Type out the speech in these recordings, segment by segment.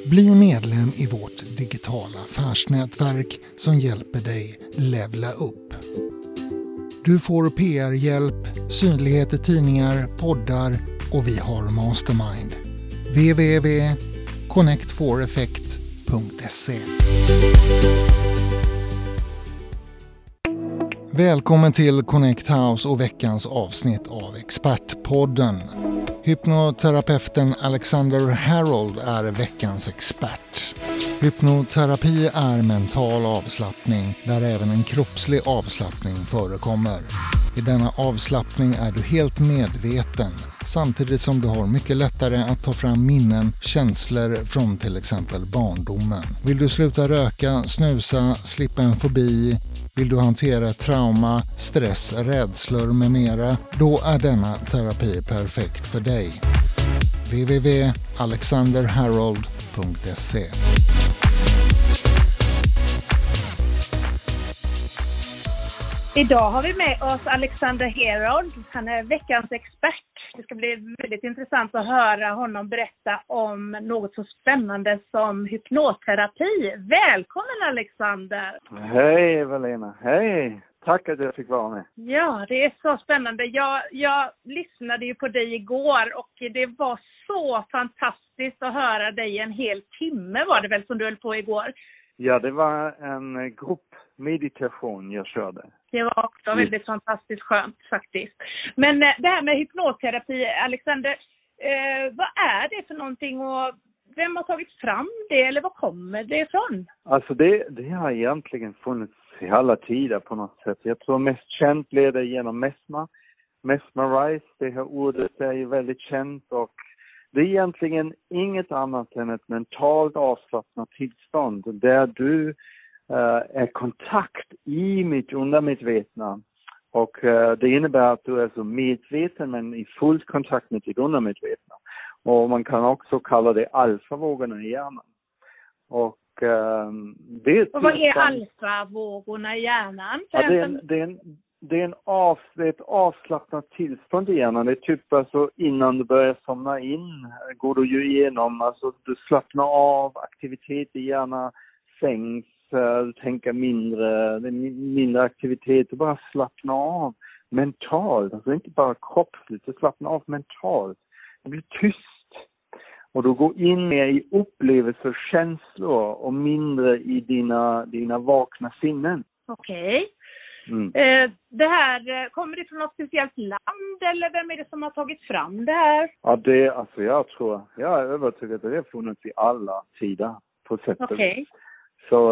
Bli medlem i vårt digitala affärsnätverk som hjälper dig levla upp. Du får PR-hjälp, synlighet i tidningar, poddar och vi har Mastermind. www.connect4effect.se. Välkommen till Connect House och veckans avsnitt av Expertpodden. Hypnoterapeuten Alexander Harold är veckans expert. Hypnoterapi är mental avslappning där även en kroppslig avslappning förekommer. I denna avslappning är du helt medveten samtidigt som du har mycket lättare att ta fram minnen, känslor från till exempel barndomen. Vill du sluta röka, snusa, slippa en fobi? Vill du hantera trauma, stress, rädslor med mera? Då är denna terapi perfekt för dig. www.alexanderharold.se. Idag har vi med oss Alexander Harold. Han är veckans expert. Det ska bli väldigt intressant att höra honom berätta om något så spännande som hypnoterapi. Välkommen Alexander! Hej Evelina, hej! Tack att jag fick vara med. Ja, det är så spännande. Jag lyssnade ju på dig igår och det var så fantastiskt att höra dig en hel timme var det väl som du höll på igår. Ja, det var en gruppmeditation jag körde. Det var också väldigt fantastiskt skönt faktiskt. Men det här med hypnoterapi, Alexander, vad är det för någonting och vem har tagit fram det eller var kommer det ifrån? Alltså det har egentligen funnits i alla tider på något sätt. Jag tror mest känt leder genom Mesmerize, det här ordet är ju väldigt känt och det är egentligen inget annat än ett mentalt avslappnat tillstånd där du är kontakt i mitt undermedvetna. Och det innebär att du är så medveten men i full kontakt med ditt undermedvetna. Och man kan också kalla det alfavågorna i hjärnan. Och vad är alfavågorna i hjärnan? Ja, det är ett avslappnat tillstånd i hjärnan. Det är typ alltså innan du börjar somna in går du ju igenom, alltså du slappnar av, aktivitet i hjärnan sänks, du tänker mindre aktivitet, du bara slappnar av mentalt, alltså inte bara kroppsligt, du slappnar av mentalt. Det blir tyst och du går in mer i upplevelser och känslor och mindre i dina vakna sinnen. Okej. Mm. Det här, kommer det från något speciellt land eller vem är det som har tagit fram det här? Ja, jag är övertygad att det har funnits i alla tider på sätt och vis. Så,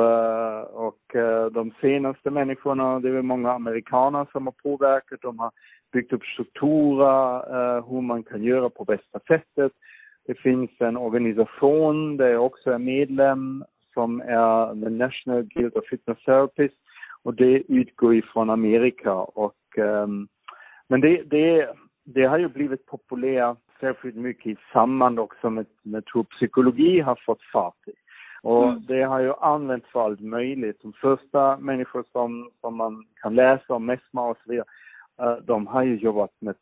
de senaste människorna, det är många amerikaner som har påverkat, de har byggt upp strukturer, hur man kan göra på bästa sättet. Det finns en organisation där jag också är medlem som är The National Guild of Hypnotherapists. Och det utgår ifrån Amerika. Och, men det har ju blivit populärt särskilt mycket i samband också med hur psykologi har fått fart i. Och det har ju använts för allt möjligt. De första människor som man kan läsa om Mesmer och så vidare, de har ju jobbat med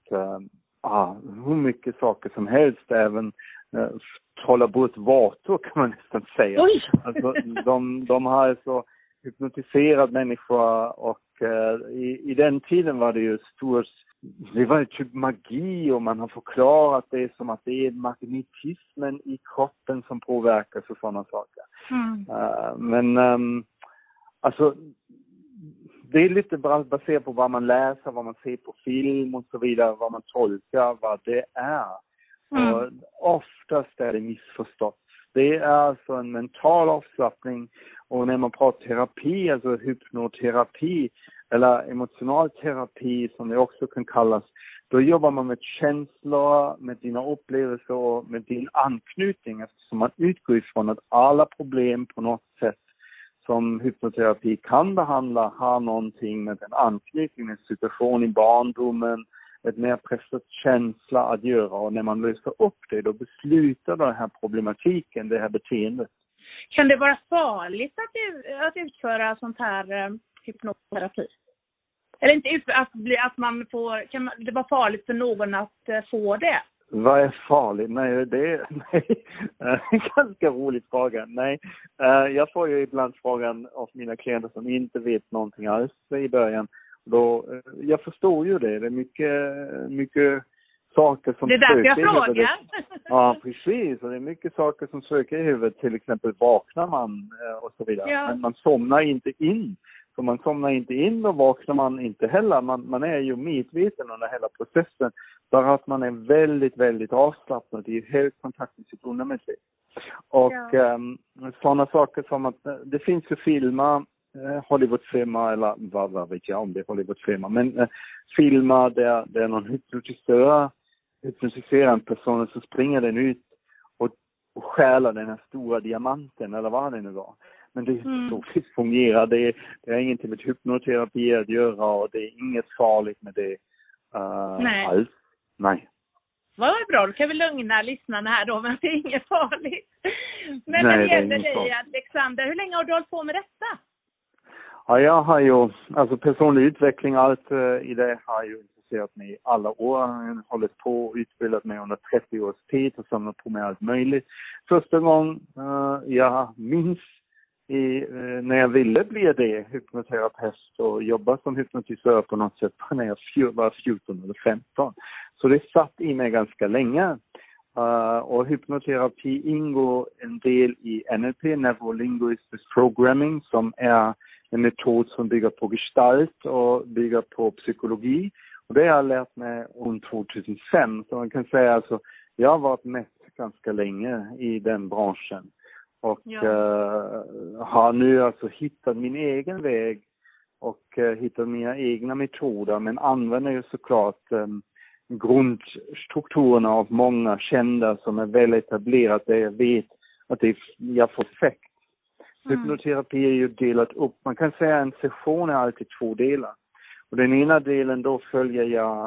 hur mycket saker som helst. Även trolla bort vator kan man nästan säga. Alltså, de har så hypnotiserad människor och i den tiden var det ju det var ju typ magi och man har förklarat det som att det är magnetismen i kroppen som påverkas och sådana saker. Alltså det är lite baserat på vad man läser, vad man ser på film och så vidare, vad man tolkar, vad det är. Och oftast är det missförstått. Det är alltså en mental avslappning och när man pratar terapi, alltså hypnoterapi eller emotional terapi som det också kan kallas, då jobbar man med känslor, med dina upplevelser och med din anknytning eftersom man utgår ifrån att alla problem på något sätt som hypnoterapi kan behandla har någonting med en anknytning, en situation i barndomen, ett mer pressat känsla att göra och när man löser upp det då beslutar den här problematiken, det här beteendet. Kan det vara farligt att utföra sånt här hypnoterapi? Eller inte att man får, kan det vara farligt för någon att få det? Vad är farligt? Nej, det är en ganska rolig fråga. Nej, jag får ju ibland frågan av mina klienter som inte vet någonting alls i början. Då, jag förstår ju det. Det är mycket saker som det är därför jag frågar. Ja, precis. Och det är mycket saker som söker i huvudet. Till exempel vaknar man och så vidare. Ja. Men man somnar inte in. Så man somnar inte in och vaknar man inte heller. Man är ju medveten under hela processen. Bara att man är väldigt, väldigt avslappnad i hög kontakt med sitt undermedvetna. Och sådana saker som att det finns ju filmer, Hollywoodfilmer eller vad vet jag om det är Hollywoodfilmer. Men filmer där någon hypnotiserar en person så springer den ut och stjälar den här stora diamanten eller vad det nu var. Men det är så fungerar. Det är ingenting med hypnoterapi att göra och det är inget farligt med det alls. Nej. Vad bra, då kan vi lugna lyssnarna här då, men det är inget farligt. Men när det gäller dig, Alexander, hur länge har du hållit på med detta? Ja, jag har ju, alltså personlig utveckling, allt i det har ju intresserat mig i alla år. Jag har hållit på och utbildat mig under 30 års tid och samlat på mig allt möjligt. Första gången jag minns när jag ville bli hypnoterapeut och jobba som hypnotisör på något sätt när jag var 14 eller 15. Så det satt i mig ganska länge. Och hypnoterapi ingår en del i NLP, Neuro-Linguistic Programming, som är en metod som bygger på gestalt och bygger på psykologi. Och det har jag lärt mig om 2005. Så man kan säga alltså, jag har varit med ganska länge i den branschen. Och har nu alltså hittat min egen väg och hittat mina egna metoder. Men använder ju såklart grundstrukturerna av många kända som är väl etablerat. Där jag vet att jag får effekt. Hypnoterapi är ju delat upp. Man kan säga att en session är alltid 2 delar. Och den ena delen då följer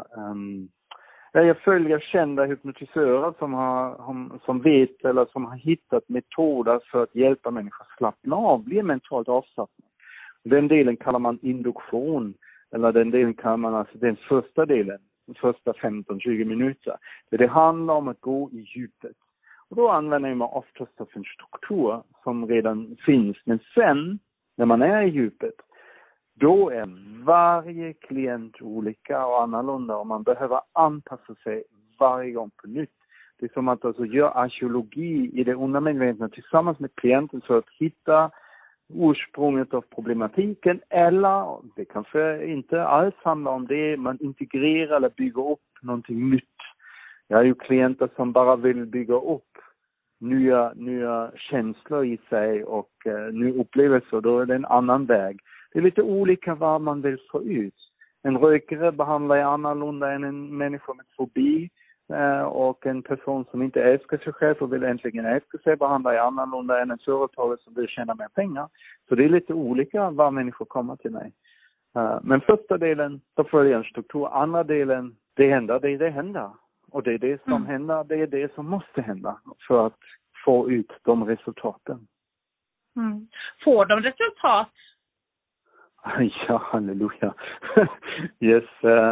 jag följer kända hypnotisörer som vet eller som har hittat metoder för att hjälpa människor att slappna av, bli mentalt avslappnad. Den delen kallar man induktion, eller den delen kallar man alltså den första delen, de första 15-20 minuter. Det handlar om att gå i djupet. Och då använder man oftast en struktur som redan finns. Men sen, när man är i djupet, då är varje klient olika och annorlunda och man behöver anpassa sig varje gång på nytt. Det är som att alltså göra arkeologi i det undermedvetna tillsammans med klienten för att hitta ursprunget av problematiken, eller det kanske inte alls handlar om det, man integrerar eller bygger upp någonting nytt. Jag har ju klienter som bara vill bygga upp nya känslor i sig och nya upplevelser, då är det en annan väg. Det är lite olika vad man vill få ut. En rökare behandlar jag annorlunda än en människa med fobi. Och en person som inte älskar sig själv och vill äntligen älska sig behandlar jag annorlunda än en företagare som vill tjäna mer pengar. Så det är lite olika vad människor kommer till mig. Men första delen, då följer en struktur. Andra delen, det händer. Och det är det som händer, det är det som måste hända för att få ut de resultaten. Får de resultat? Ja, halleluja. Yes,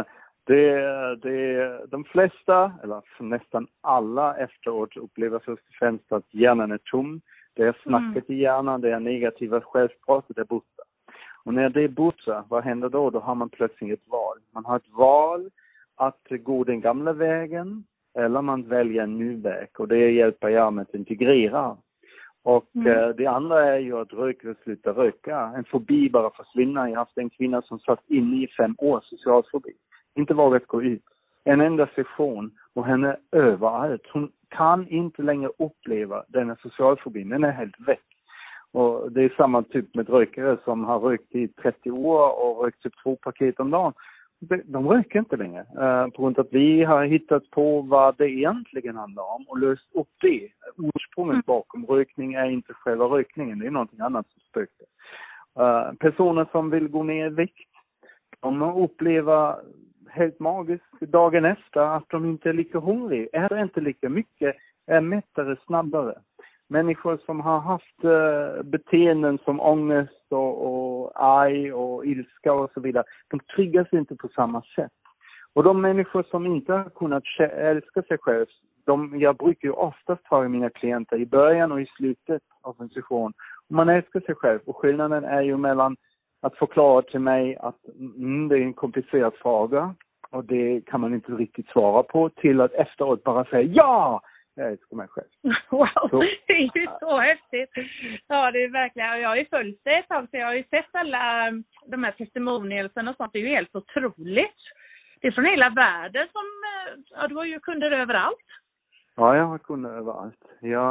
de flesta, eller nästan alla efteråt upplever först och främst att hjärnan är tom. Det är snacket i hjärnan, det är negativa självpratet, det är borta. Och när det är borta, vad händer då? Då har man plötsligt ett val. Man har ett val att gå den gamla vägen eller man väljer en ny väg. Och det hjälper hjärnan att integrera. Och det andra är ju att rökare slutar röka. En fobi bara försvinner. Jag har haft en kvinna som satt inne i 5 år, social fobi. Inte vågat gå ut. En enda session och henne överallt. Hon kan inte längre uppleva denna socialfobin. Den är helt väck. Och det är samma typ med rökare som har rökt i 30 år och rökt typ 2 paket om dagen. De röker inte längre. På grund av att vi har hittat på vad det egentligen handlar om och löst upp det. Ursprunget bakom rökning är inte själva rökningen. Det är någonting annat som spökar. Personer som vill gå ner i vikt, de upplever helt magiskt dagen efter att de inte är lika hungriga. Är inte lika mycket, är mättare snabbare. Människor som har haft beteenden som ångest och arg och ilska och så vidare, de triggas inte på samma sätt. Och de människor som inte har kunnat älska sig själv jag brukar ju oftast ha mina klienter i början och i slutet av en session. Och man älskar sig själv. Och skillnaden är ju mellan att förklara till mig att det är en komplicerad fråga och det kan man inte riktigt svara på, till att efteråt bara säga ja, jag älskar mig själv. Wow, så. Det är ju så häftigt. Ja, det är verkligen. Jag har ju följt det ett tag, så jag har ju sett alla de här testimonialsen och sånt. Det är ju helt otroligt. Det är från hela världen som, ja, du har ju kunder överallt. Ja, jag har kunder överallt.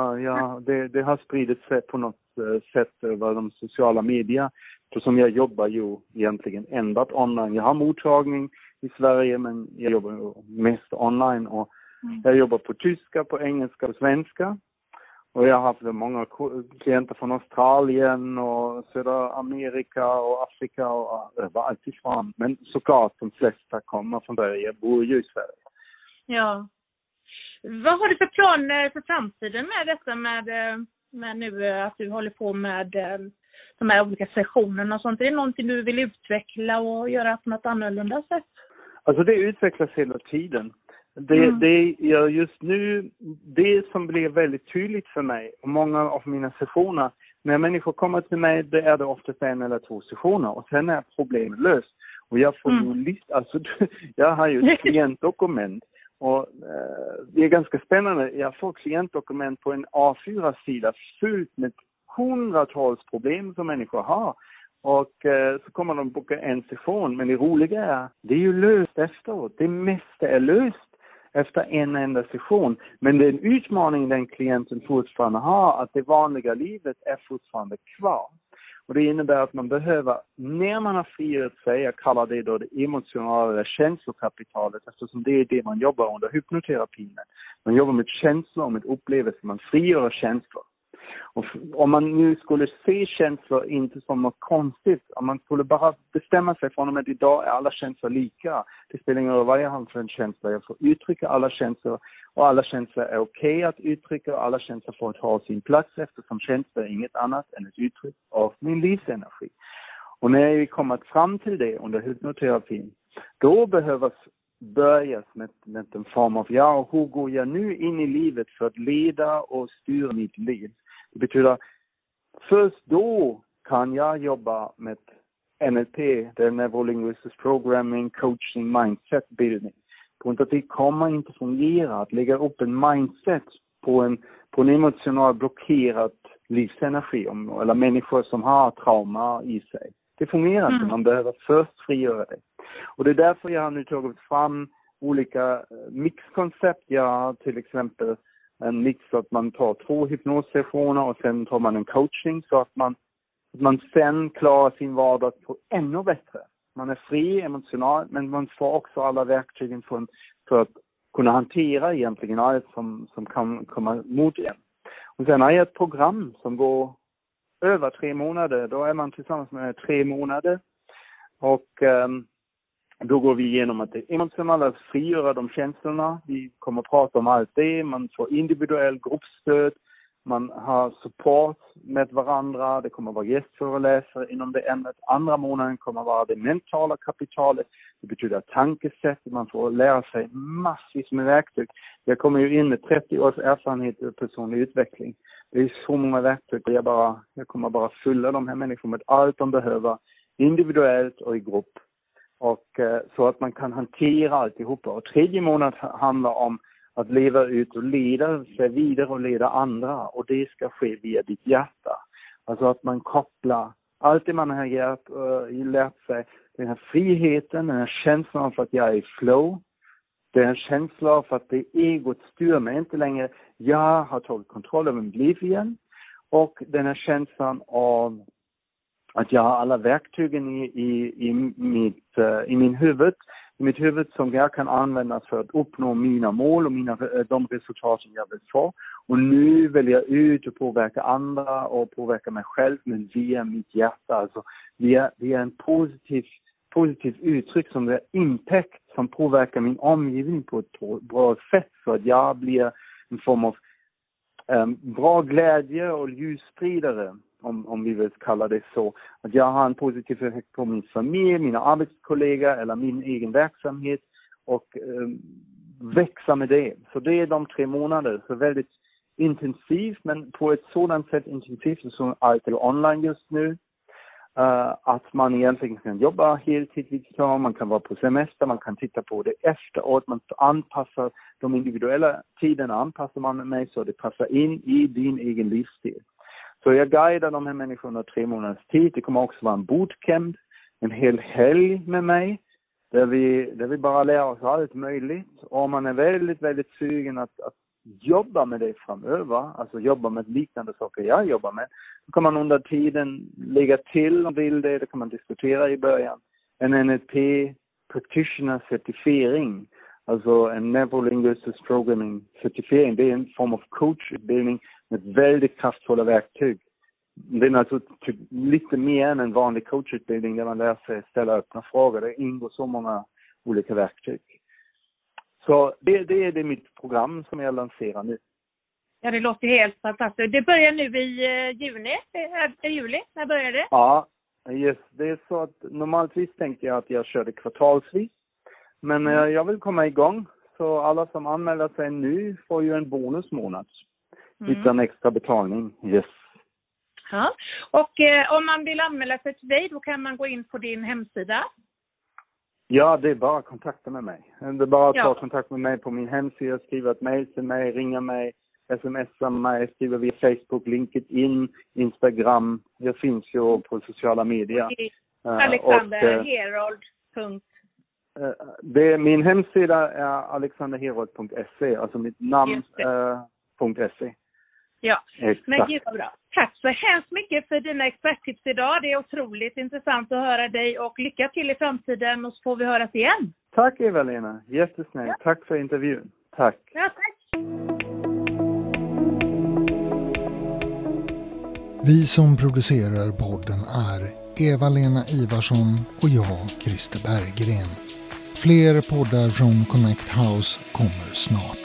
Det har spridit sig på något sätt över de sociala medier. Som jag jobbar ju egentligen enbart online. Jag har mottagning i Sverige, men jag jobbar mest online. Och jag jobbar på tyska, på engelska och svenska. Och jag har haft många klienter från Australien och södra Amerika och Afrika och överallt ifrån. Men såklart de flesta kommer från där. Jag bor ju i Sverige. Ja. Vad har du för planer för framtiden med detta med nu att du håller på med de här olika sessionerna och sånt? Är det någonting du vill utveckla och göra på något annorlunda sätt? Alltså det utvecklas hela tiden. Det är just nu det som blir väldigt tydligt för mig och många av mina sessioner. När människor kommer till mig, det är det oftast 1 eller 2 sessioner och sen är problemet löst. Och jag får ju jag har ju ett klientdokument. Och det är ganska spännande. Jag får klientdokument på en A4-sida fyllt med hundratals problem som människor har. Och så kommer de boka en session. Men det roliga är, det är ju löst efteråt. Det mesta är löst efter en enda session. Men det är en utmaning den klienten fortfarande har, att det vanliga livet är fortfarande kvar. Och det innebär att man behöver, när man har frigjort sig, jag kallar det då det emotionella känslokapitalet, eftersom det är det man jobbar under hypnoterapin. Man jobbar med känslor och med upplevelser, man frigör känslor. Och om man nu skulle se känslor inte som något konstigt, om man skulle bara bestämma sig från att idag är alla känslor lika. Det spelar ingen roll vad jag har för en känsla. Jag får uttrycka alla känslor och alla känslor är okej att uttrycka och alla känslor får ha sin plats eftersom känslor är inget annat än ett uttryck av min livsenergi. Och när vi kommer fram till det under hypnoterapin, då behövs börjas med en form av hur går jag nu in i livet för att leda och styra mitt liv. Det betyder först då kan jag jobba med NLP, det är Neurolinguistic Programming, Coaching, Mindset-bildning. På grund av att det kommer inte fungera att lägga upp en mindset på en emotionellt blockerad livsenergi eller människor som har trauma i sig. Det fungerar inte, man behöver först frigöra det. Och det är därför jag har nu tagit fram olika mixkoncept. Jag har till exempel en mix att man tar 2 hypnossessioner och sen tar man en coaching så att man sen klarar sin vardag på ännu bättre. Man är fri emotionellt, men man får också alla verktygen för att kunna hantera egentligen allt som kan komma mot en. Och sen har jag ett program som går över 3 månader. Då är man tillsammans med 3 månader. Och då går vi igenom att det emotionella frigöra de känslorna. Vi kommer att prata om allt det. Man får individuell gruppstöd. Man har support med varandra. Det kommer att vara gästföreläsare inom det ämnet. Andra månaden kommer att vara det mentala kapitalet. Det betyder tankesätt. Man får lära sig massvis med verktyg. Jag kommer ju in med 30 års erfarenhet av personlig utveckling. Det är så många verktyg. Jag kommer bara fylla de här människorna med allt de behöver. Individuellt och i grupp. Och så att man kan hantera alltihopa. Och 3:e månaden handlar om att leva ut och leda sig vidare och leda andra. Och det ska ske via ditt hjärta. Alltså att man kopplar allt det man har lärt sig. Den här friheten, den här känslan för att jag är i flow. Den här känslan för att det egot styr mig inte längre. Jag har tagit kontroll över mitt liv igen. Och den här känslan av att jag har alla verktygen i mitt huvud som jag kan använda för att uppnå mina mål och de resultat som jag vill få. Och nu vill jag ut och påverka andra och påverka mig själv, men via mitt hjärta. Alltså via en positiv uttryck som är impact som påverkar min omgivning på ett bra sätt så att jag blir en form av bra glädje och ljusspridare. Om vi vill kalla det så. Att jag har en positiv effekt på min familj, mina arbetskollegor eller min egen verksamhet. Och växa med det. Så det är de 3 månader. Så väldigt intensivt, men på ett sådant sätt intensivt som allt är online just nu. Att man egentligen kan jobba heltid, man kan vara på semester, man kan titta på det efteråt, man anpassar de individuella tiderna, anpassar man med så det passar in i din egen livsstil. Så jag guidar de här människorna 3 månaders tid. Det kommer också vara en bootcamp, en hel helg med mig, där vi bara lär oss allt möjligt. Och man är väldigt, väldigt sugen att jobba med det framöver, alltså jobba med liknande saker jag jobbar med, då kan man under tiden lägga till om vill det kan man diskutera i början. En NLP practitioner certifiering, alltså en neurolinguistic programming certifiering, det är en form av coachutbildning med väldigt kraftfulla verktyg. Det är alltså lite mer än en vanlig coachutbildning där man lär sig ställa öppna frågor. Det ingår så många olika verktyg. Så det är mitt program som jag lanserar nu. Ja, det låter helt fantastiskt. Det börjar nu i juli. När börjar det? Ja, yes, det är så att normaltvis tänkte jag att jag körde kvartalsvis. Men jag vill komma igång. Så alla som anmäler sig nu får ju en bonusmånad. Utan extra betalning. Yes. Ja. Och om man vill anmäla sig till dig, då kan man gå in på din hemsida. Ja, det är bara att kontakta med mig. Det är bara att ta kontakt med mig på min hemsida, skriva ett mejl till mig, ringa mig, smsa mig, skriva via Facebook, LinkedIn, Instagram. Jag finns ju på sociala medier. Alexanderherold. Min hemsida är alexanderherold.se, alltså mitt namn .se. Ja, men gud vad bra. Tack så hemskt mycket för dina experttips idag. Det är otroligt intressant att höra dig och lycka till i framtiden och så får vi höras igen. Tack Eva-Lena, jättesnällt. Ja. Tack för intervjun. Tack. Ja, tack. Vi som producerar podden är Eva-Lena Ivarsson och jag, Christer Berggren. Fler poddar från Connect House kommer snart.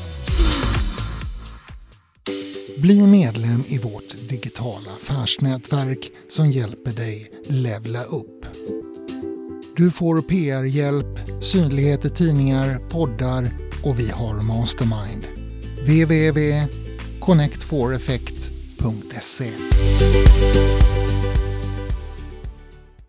Bli medlem i vårt digitala affärsnätverk som hjälper dig levla upp. Du får PR-hjälp, synlighet i tidningar, poddar och vi har Mastermind. www.connect4effect.se